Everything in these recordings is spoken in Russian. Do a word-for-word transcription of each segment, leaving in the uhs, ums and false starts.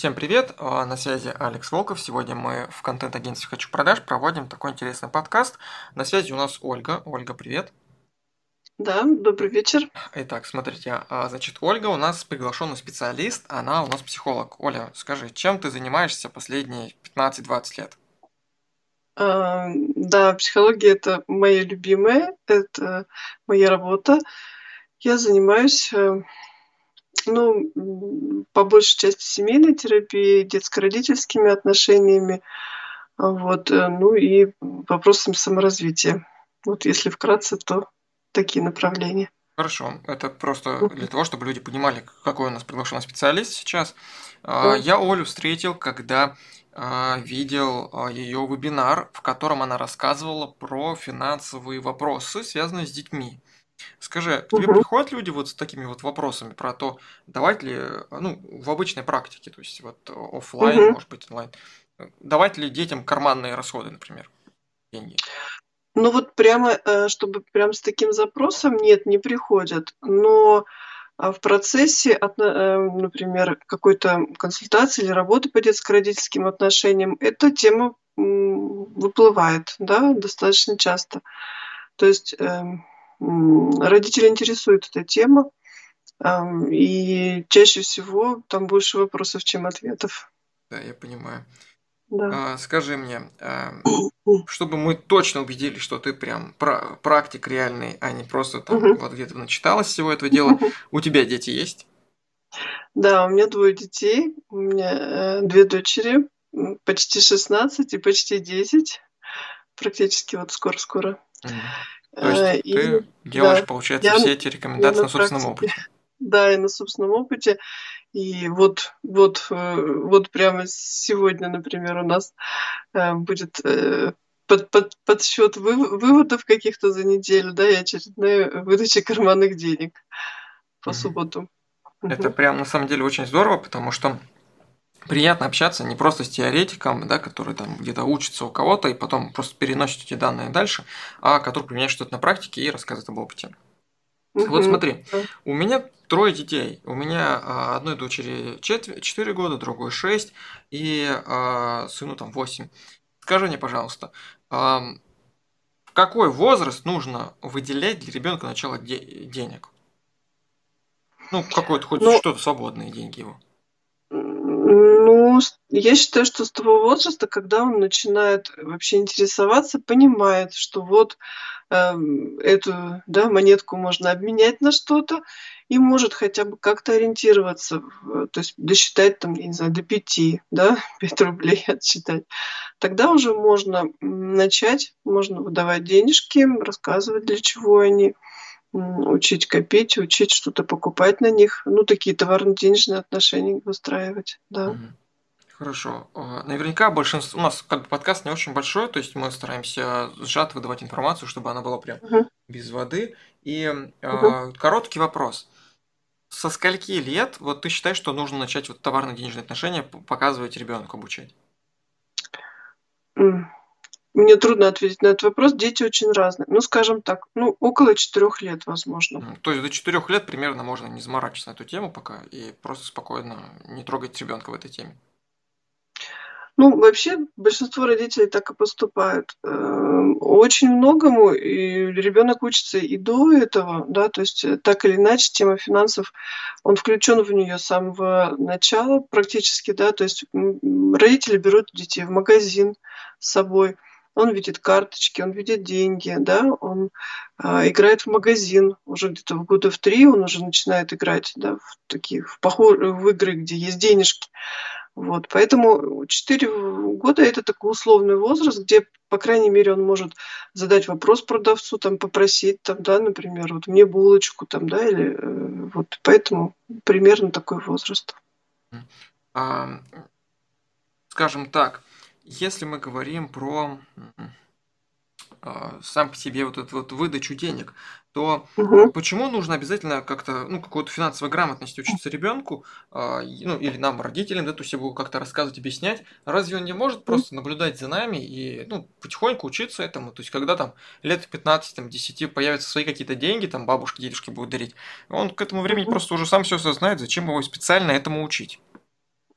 Всем привет, а, на связи Алекс Волков. Сегодня мы в контент-агентстве «Хочу продаж» проводим такой интересный подкаст. На связи у нас Ольга. Ольга, привет. Да, добрый вечер. Итак, смотрите, а, значит, Ольга у нас приглашенный специалист, она у нас психолог. Оля, скажи, чем ты занимаешься последние пятнадцать-двадцать лет? А, да, психология- это моя любимая, это моя работа. Я занимаюсь, э, ну, м, по большей части семейной терапией, детско-родительскими отношениями, а, вот, э, ну и вопросами саморазвития. Вот если вкратце, то такие направления. Хорошо, это просто Мгм. для того, чтобы люди понимали, какой у нас приглашенный специалист сейчас. А, Да. Я Олю встретил, когда а, видел а, ее вебинар, в котором она рассказывала про финансовые вопросы, связанные с детьми. Скажи, к тебе Мгм. приходят люди вот с такими вот вопросами про то, давать ли, э, ну, в обычной практике, то есть вот оффлайн, Мгм. может быть, онлайн, э, давать ли детям карманные расходы, например, деньги? Ну вот прямо, э, чтобы прям с таким запросом, нет, не приходят. Но А в процессе, отно э, например, какой-то консультации или работы по детско-родительским отношениям эта тема, м, выплывает, да, достаточно часто. То есть, эм, м, родителей интересует эта тема, ам, и чаще всего там больше вопросов, чем ответов. Да, я понимаю. Да. А, скажи мне, а, чтобы мы точно убедились, что ты прям пра- практик реальный, а не просто там Мгм. вот где-то начиталась всего этого дела, у тебя дети есть? Да, у меня двое детей. У меня, э, две дочери, м, почти шестнадцать и почти десять. Практически вот скоро-скоро. Мгм. То есть Э, и ты да, делаешь, получается, я н все эти я рекомендации на на собственном практике, опыте. да, и на собственном опыте. И вот вот, э, вот прямо сегодня, например, у нас, э, будет, э, под под подсчёт выв выводов каких-то за неделю, да, и очередная выдача карманных денег по Мгм. субботам. Это Мгм. прям на самом деле очень здорово, потому что приятно общаться не просто с теоретиком, да, который там где-то учится у кого-то и потом просто переносит эти данные дальше, а который применяет что-то на практике и рассказывает об опыте. Вот Мгм. смотри, Да. у меня трое детей. У меня а, одной дочери четыре года, другой шесть и а, сыну там восемь. Скажи мне, пожалуйста, ам, в какой возраст нужно выделять для ребенка начало де- денег? Ну, какой-то хоть Но что-то свободные деньги его. М, ну, с я считаю, что с того возраста, когда он начинает вообще интересоваться, понимает, что вот, эм, эту, да, монетку можно обменять на что-то и может хотя бы как-то ориентироваться в то есть досчитать там, я не знаю, до пяти, да, пять рублей отсчитать. Тогда уже можно, м, начать, можно выдавать денежки, рассказывать, для чего они. М, учить копить, учить что-то покупать на них. Ну, такие товарно-денежные отношения выстраивать, да. Мгм. Хорошо. А, Наверняка большинство... У нас как бы подкаст не очень большой, то есть мы стараемся сжато выдавать информацию, чтобы она была прям Мгм, без воды. И мгм. а, короткий вопрос. Со скольки лет вот ты считаешь, что нужно начать вот товарно-денежные отношения п- показывать ребенку, обучать? М, мне трудно ответить на этот вопрос. Дети очень разные. Ну, скажем так, ну, около четырёх лет, возможно. М, То есть до четырех лет примерно можно не заморачиваться на эту тему пока и просто спокойно не трогать ребенка в этой теме. Ну, вообще, большинство родителей так и поступают. Эм, очень многому и ребенок учится и до этого, да, то есть, э, так или иначе тема финансов, он включен в нее с самого начала практически, да, то есть, м, м, родители берут детей в магазин с собой, он видит карточки, он видит деньги, да, он, а, играет в магазин. Уже где-то в года в три он уже начинает играть, да, в такие, в похо в игры, где есть денежки. Вот, поэтому четыре года- это такой условный возраст, где, по крайней мере, он может задать вопрос продавцу, там, попросить, там, да, например, вот: "Мне булочку", там, да, или, э, вот поэтому примерно такой возраст. М. А, м, Скажем так, если мы говорим про а, сам по себе вот эту вот выдачу денег, то а, Мгм. почему нужно обязательно как-то, ну, какой-то финансовой грамотности учиться ребенку, а, и- ну, или нам, родителям, да, то есть его как-то рассказывать, объяснять? Разве он не может М. просто наблюдать за нами и, ну, потихоньку учиться этому? То есть, когда там лет пятнадцать, там, десяти появятся свои какие-то деньги, там, бабушки, дедушки будут дарить, он к этому времени Мгм. просто уже сам все осознает, зачем его специально этому учить?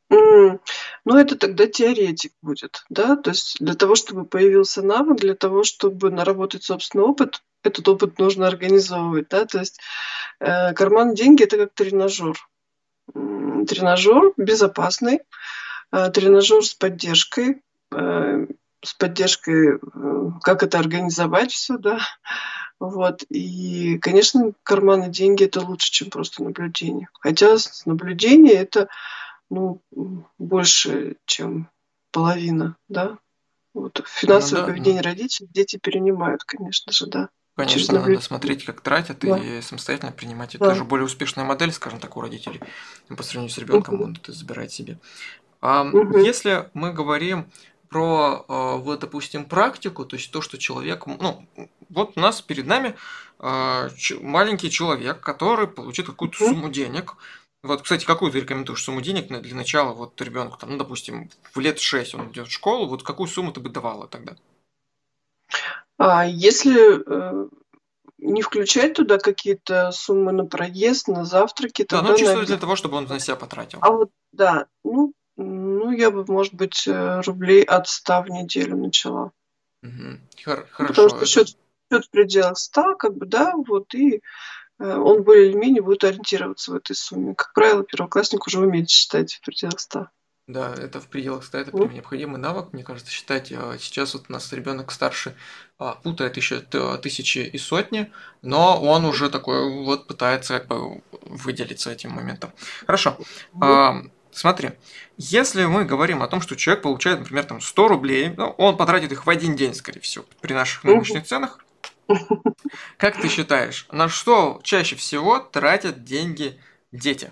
М, ну, это тогда теоретик будет, да. То есть для того, чтобы появился навык, для того, чтобы наработать собственный опыт, этот опыт нужно организовывать, да. То есть, э, карманные деньги- это как тренажер. М, тренажер безопасный, э, тренажер с поддержкой, э, с поддержкой, э, как это организовать всё, да. Вот. И, конечно, карманные деньги- это лучше, чем просто наблюдение. Хотя с наблюдения- это, ну, м, больше, чем половина, да. Вот. Ну Финансовое да, ну поведение родителей дети перенимают, конечно же, да, через конечно, надо наблюдение. смотреть, как тратят, Да. и самостоятельно принимать. Это Да. же более успешная модель, скажем так, у родителей по сравнению с ребенком. Мгм. Он это забирает себе. Ам, Мгм. если мы говорим про, а, вот, допустим, практику, то есть то, что человек, м, ну, м, вот у нас перед нами, а, ч маленький человек, который получил какую-то Мгм. сумму денег. Вот, кстати, какую ты рекомендуешь сумму денег на для начала вот ребенку? Там, ну, допустим, в лет шесть он идет в школу. Вот какую сумму ты бы давала тогда? А если, э, не включать туда какие-то суммы на проезд, на завтраки, Да, ну тогда на чисто для обед того, чтобы он на себя потратил. А вот да, ну ну, я бы, может быть, э, рублей от ста в неделю начала. Мгм. Хор Ну, потому хорошо, что это счет счет в пределах ста, как бы, да, вот, и, э, он более или менее будет ориентироваться в этой сумме. Как правило, первоклассник уже умеет считать в пределах ста. Да, это в пределах ста, это М. прям необходимый навык, мне кажется, считать. А, сейчас вот у нас ребенок старший, а, путает еще т тысячи и сотни, но он Мгм. уже такой вот пытается как бы выделиться этим моментом. Хорошо, Мгм. ам, смотри, если мы говорим о том, что человек получает, например, там сто рублей, ну, он потратит их в один день, скорее всего, при наших Мгм. нынешних ценах. Как ты считаешь, на что чаще всего тратят деньги дети?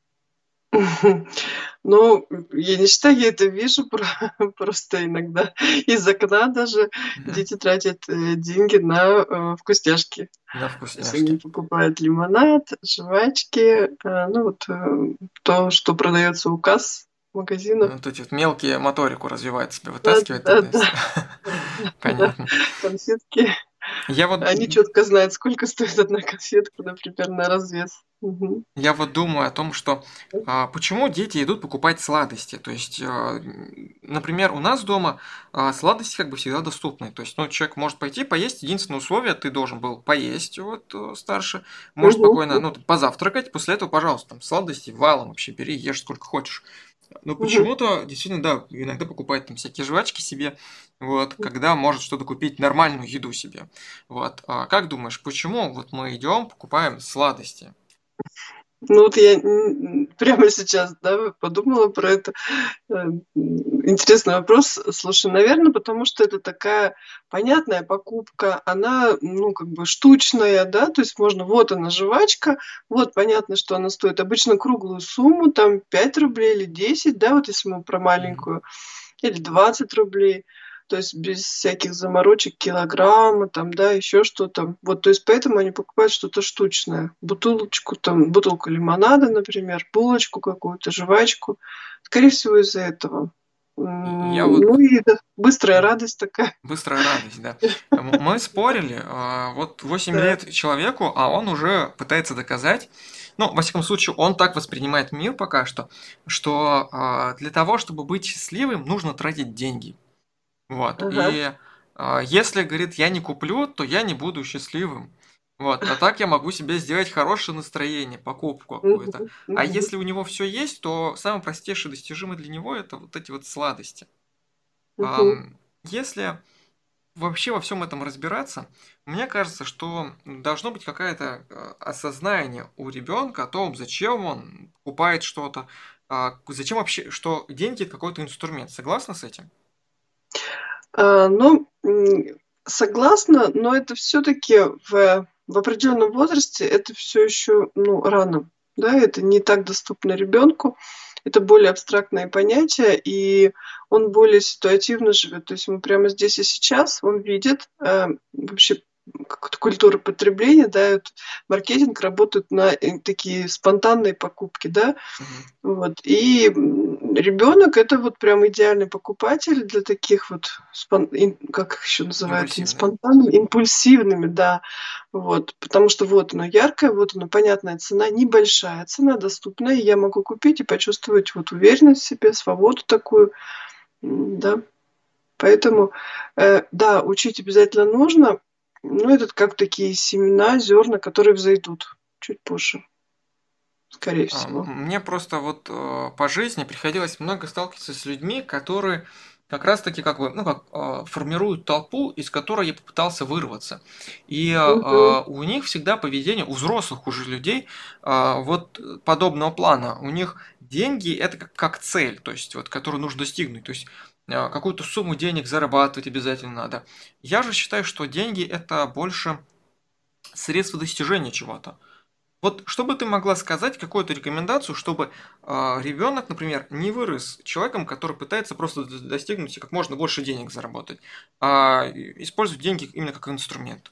Ну, я не считаю, я это вижу про просто иногда из окна даже Мгм. дети тратят, э, деньги на, э, вкусняшки. На То есть они вкусняшки. покупают лимонад, жвачки, э, ну вот, э, то, что продается у касс магазинов. Вот эти вот мелкие моторику развивают себе, Да вытаскивают да это да из да, Понятно. конфетки. Я вот Они д четко знают, сколько стоит одна конфетка, например, на развес. Мгм. Я вот думаю о том, что, а, почему дети идут покупать сладости. То есть, а, н например, у нас дома, а, сладости как бы всегда доступны. То есть, ну, человек может пойти поесть. Единственное условие: ты должен был поесть, вот, э, старший, можешь Мгм, спокойно, ну, мгм. там позавтракать. После этого, пожалуйста, там сладости валом вообще бери, ешь сколько хочешь. Но Мгм. почему-то действительно, да, иногда покупают там всякие жвачки себе, вот, М. когда может что-то купить, нормальную еду себе. Вот, а как думаешь, почему вот мы идем, покупаем сладости? Ну вот я н н прямо сейчас, да, вот подумала про это. Э, м, интересный вопрос. Слушай, наверно, потому что это такая понятная покупка. Она, ну, как бы штучная, да, то есть можно: вот она, жвачка, вот понятно, что она стоит обычно круглую сумму, там пять рублей или десять, да, вот если мы про Мгм. маленькую, или двадцать рублей. То есть без всяких заморочек, килограмма там, да, еще что-то. Вот, то есть поэтому они покупают что-то штучное. Бутылочку там, бутылку лимонада, например, булочку какую-то, жвачку. Скорее всего, из-за этого. И я М, ну вот и это быстрая Да. радость такая. Быстрая радость, да. М мы спорили, а, вот восемь Так. лет человеку, а он уже пытается доказать, ну, во всяком случае, он так воспринимает мир пока что, что, а, для того, чтобы быть счастливым, нужно тратить деньги. Вот, Ага. и, а, если, говорит, я не куплю, то я не буду счастливым. Вот, а так я могу себе сделать хорошее настроение, покупку какую-то. Мгм, А мгм. если у него всё есть, то самое простейшее достижимое для него- это вот эти вот сладости. Мгм. Ам, если вообще во всём этом разбираться, мне кажется, что должно быть какая-то, а, осознание у ребенка о том, зачем он покупает что-то, а, зачем вообще, что деньги- это какой-то инструмент. Согласна с этим? А, ну, м, согласна, но это всё-таки в в определенном возрасте это всё еще, ну, рано. Да, это не так доступно ребенку. Это более абстрактное понятие, и он более ситуативно живет. То есть ему прямо здесь и сейчас он видит, э, вообще какой-то культуры потребления, да, и вот маркетинг работает на, э, такие спонтанные покупки, да. Мгм. Вот. И, м, ребёнок- это вот прям идеальный покупатель для таких вот спон ин как их еще называют, не Импульсивные. спонтанными, импульсивными, да. Вот. Потому что вот оно яркое, вот оно понятная цена, небольшая цена, доступная, и я могу купить и почувствовать вот уверенность в себе, свободу такую, м, да. Поэтому, э, да, учить обязательно нужно, но это как такие семена, зерна, которые взойдут чуть позже. Скорее А, всего. мне просто вот, э, по жизни приходилось много сталкиваться с людьми, которые как раз таки как бы, ну как, а, формируют толпу, из которой я попытался вырваться. И, Мгм. а, у них всегда поведение, у взрослых уже людей, а, вот подобного плана. У них деньги- это как как цель, то есть вот которую нужно достигнуть. То есть, а, какую-то сумму денег зарабатывать обязательно надо. Я же считаю, что деньги- это больше средство достижения чего-то. Вот что бы ты могла сказать, какую-то рекомендацию, чтобы, а, ребенок, например, не вырос человеком, который пытается просто д достигнуть и как можно больше денег заработать, а использовать деньги именно как инструмент?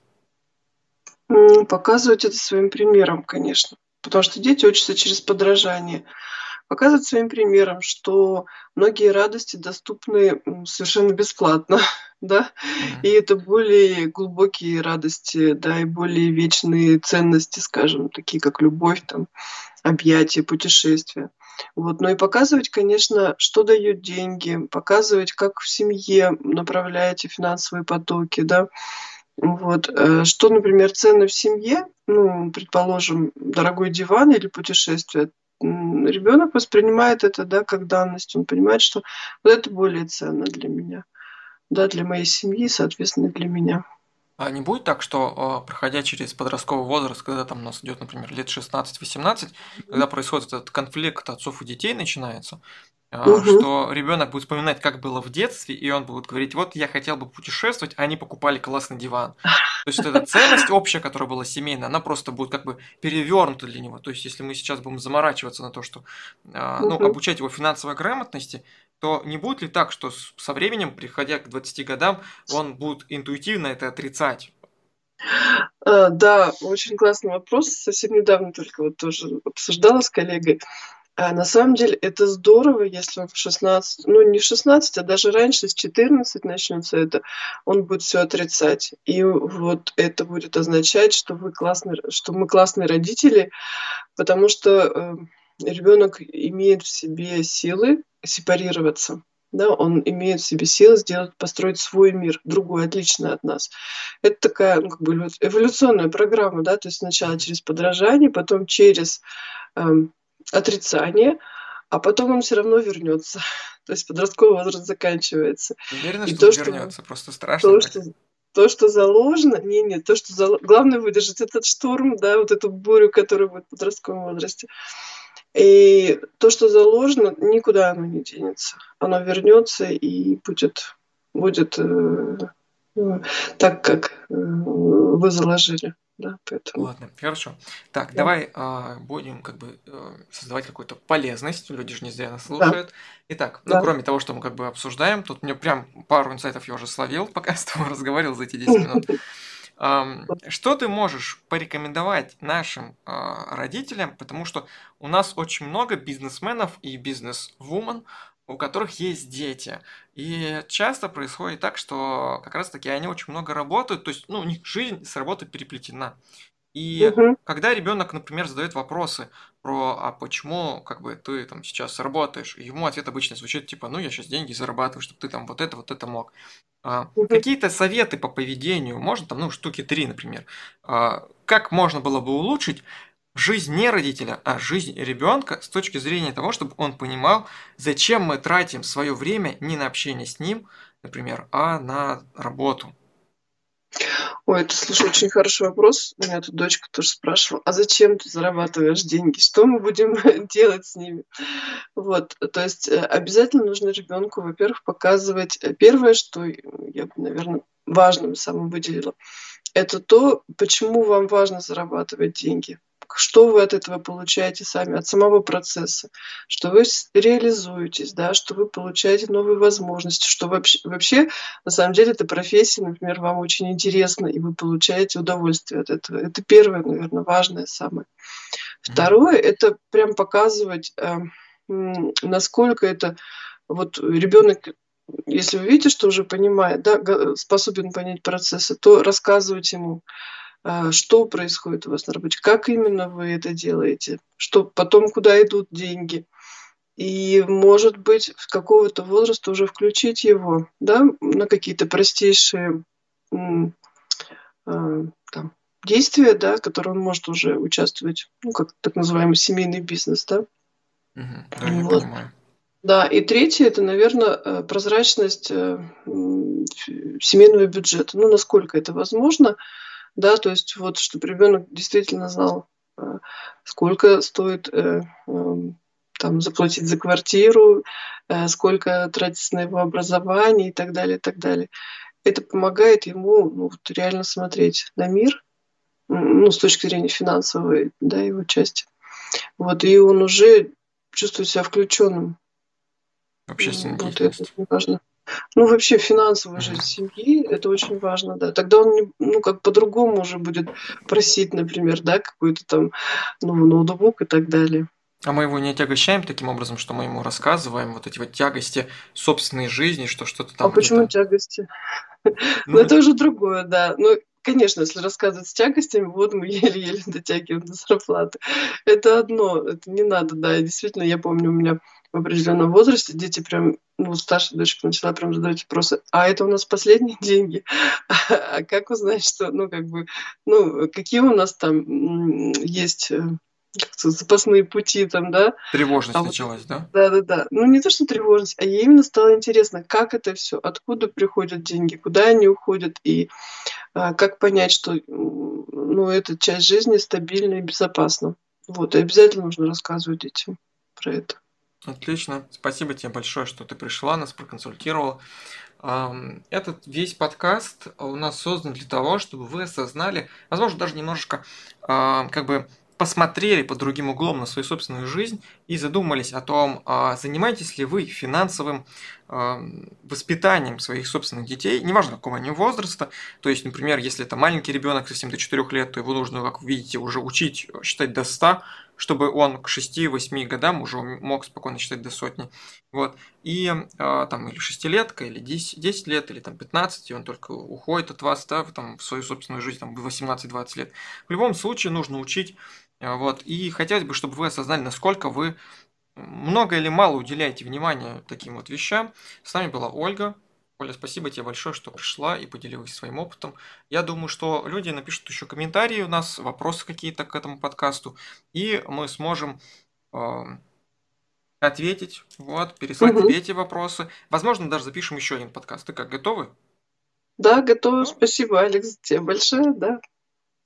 М, показывать это своим примером, конечно, потому что дети учатся через подражание. Показывать своим примером, что многие радости доступны, м, совершенно бесплатно, да, Мгм. и это более глубокие радости, да, и более вечные ценности, скажем, такие как любовь, там, объятия, путешествия. Вот. Ну и показывать, конечно, что дают деньги, показывать, как в семье направляете финансовые потоки, да. Вот. Э, что, например, ценно в семье, ну, предположим, дорогой диван или путешествие, м, ребенок воспринимает это, да, как данность. Он понимает, что вот это более ценно для меня, да, для моей семьи, соответственно, для меня. А не будет так, что, а, проходя через подростковый возраст, когда там у нас идет, например, лет шестнадцать восемнадцать, Мгм. когда происходит этот конфликт отцов и детей начинается, а, Мгм. что ребенок будет вспоминать, как было в детстве, и он будет говорить: "Вот я хотел бы путешествовать, а они покупали классный диван". То есть вот эта ценность общая, которая была семейная, она просто будет как бы перевернута для него. То есть если мы сейчас будем заморачиваться на то, что, а, ну, Мгм. обучать его финансовой грамотности, то не будет ли так, что с со временем, приходя к двадцати годам, он будет интуитивно это отрицать? А, да, очень классный вопрос. Совсем недавно только вот тоже обсуждала с коллегой. А, на самом деле это здорово, если он в шестнадцать, ну, не в шестнадцать, а даже раньше, с четырнадцати начнется это, он будет все отрицать. И вот это будет означать, что вы классный р что мы классные родители, потому что, э, ребёнок имеет в себе силы сепарироваться, да, он имеет в себе силы сделать, построить свой мир, другой, отличный от нас. Это такая, ну, как бы эволю эволюционная программа, да, то есть сначала Мгм. через подражание, потом через, эм, отрицание, а потом он всё равно вернется. То есть подростковый возраст заканчивается. Уверена, И что то, что вернется? Просто страшно то, что так. то, что заложено не не, то, что зало главное выдержать этот шторм, да, вот эту бурю, которая будет в подростковом возрасте. И то, что заложено, никуда оно не денется. Оно вернется и будет будет, э, э, так, как, э, вы заложили. Да, поэтому Ладно, хорошо. Так, да, давай, а, будем как бы, э, создавать какую-то полезность. Люди же не зря нас да, слушают. Итак, ну, да. кроме того, что мы как бы обсуждаем, тут мне прям пару инсайтов я уже словил, пока с тобой разговаривал за эти десять минут. Ам, что ты можешь порекомендовать нашим, а, родителям? Потому что у нас очень много бизнесменов и бизнесвумен, у которых есть дети. И часто происходит так, что как раз таки они очень много работают, то есть, ну, у них жизнь с работой переплетена. И Мгм. когда ребенок, например, задает вопросы про: "А почему как бы ты там сейчас работаешь?" И ему ответ обычно звучит типа: "Ну, я сейчас деньги зарабатываю, чтобы ты там вот это, вот это мог". А, Мгм. какие-то советы по поведению, можно там, ну, штуки три, например. А, как можно было бы улучшить жизнь не родителя, а жизнь ребенка с точки зрения того, чтобы он понимал, зачем мы тратим свое время не на общение с ним, например, а на работу? Ой, это, слушай, очень хороший вопрос. У меня тут дочка тоже спрашивала: "А зачем ты зарабатываешь деньги? Что мы будем делать с ними?" Вот, то есть, э, обязательно нужно ребенку, во-первых, показывать, э, первое, что э, я бы, наверно, важным самым выделила- это то, почему вам важно зарабатывать деньги. что вы от этого получаете сами, от самого процесса, что вы с реализуетесь, да, что вы получаете новые возможности, что вообще вообще, на самом деле, эта профессия, например, вам очень интересна, и вы получаете удовольствие от этого. Это первое, наверно, важное самое. Мгм. Второе- это прям показывать, э, м, насколько это вот ребёнок, если вы видите, что уже понимает, да, га способен понять процессы, то рассказывать ему, а, что происходит у вас на работе, как именно вы это делаете, что потом, куда идут деньги. И, может быть, с какого-то возраста уже включить его, да, на какие-то простейшие, м, а, там действия, да, которые он может уже участвовать, ну, как так называемый семейный бизнес, да. Мгм. Да, я Вот. понимаю. Да, и третье- это, наверно, э, прозрачность, э, м, ф семейного бюджета. Ну, насколько это возможно, да, то есть вот чтоб ребёнок действительно знал, а, сколько стоит, э, ам, там заплатить за квартиру, э, сколько тратится на его образование и так далее, и так далее. Это помогает ему, ну, вот реально смотреть на мир, м, ну, с точки зрения финансовой, да, его части. Вот, и он уже чувствует себя включённым. В общественной М, вот это деятельности. очень важно. Ну, вообще финансовая Мгм. жизнь семьи- это очень важно, да. Тогда он не ну, как по-другому уже будет просить, например, да, какой-то там, ну, ноутбук и так далее. А мы его не отягощаем таким образом, что мы ему рассказываем вот эти вот тягости собственной жизни, что что-то А там почему где-то тягости? Ну, Ну это уже другое, да. Ну, конечно, если рассказывать с тягостями: "Вот мы еле-еле дотягиваем до зарплаты". Это одно, это не надо, да. И действительно, я помню, у меня в определенном возрасте дети прям, ну, старшая дочка начала прям задавать вопросы: "А это у нас последние деньги? А как узнать, что, ну, как бы, ну, какие у нас там, м, есть, э, как сказать, запасные пути там, да?" А Тревожность вот это началась, да? да-да-да. Ну, не то что тревожность, а ей именно стало интересно, как это всё, откуда приходят деньги, куда они уходят и, а, как понять, что, м, ну, эта часть жизни стабильна и безопасна. Вот, и обязательно нужно рассказывать детям про это. Отлично. Спасибо тебе большое, что ты пришла, нас проконсультировала. Ам, этот весь подкаст у нас создан для того, чтобы вы осознали, возможно, даже немножечко, а, как бы посмотрели под другим углом на свою собственную жизнь и задумались о том, а занимаетесь ли вы финансовым, ам, воспитанием своих собственных детей, неважно какого они возраста. То есть, например, если это маленький ребёнок, совсем до четырёх лет, то его нужно, как вы видите, уже учить считать до ста, чтобы он к шести-восьми годам уже м мог спокойно считать до сотни. Вот. И, а, там или шестилетка, или десь десять лет, или там пятнадцать, и он только уходит от вас, да, в там в свою собственную жизнь там в восемнадцать-двадцать лет. В любом случае нужно учить. А, вот. И хотелось бы, чтобы вы осознали, насколько вы много или мало уделяете внимания таким вот вещам. С нами была Ольга. Оля, спасибо тебе большое, что пришла и поделилась своим опытом. Я думаю, что люди напишут ещё комментарии у нас, вопросы какие-то к этому подкасту, и мы сможем, ам, ответить, вот, переслать Мгм. тебе эти вопросы. Возможно, даже запишем ещё один подкаст. Ты как, готовы? Да, готова. Ну Спасибо, Алекс, тебе большое, да.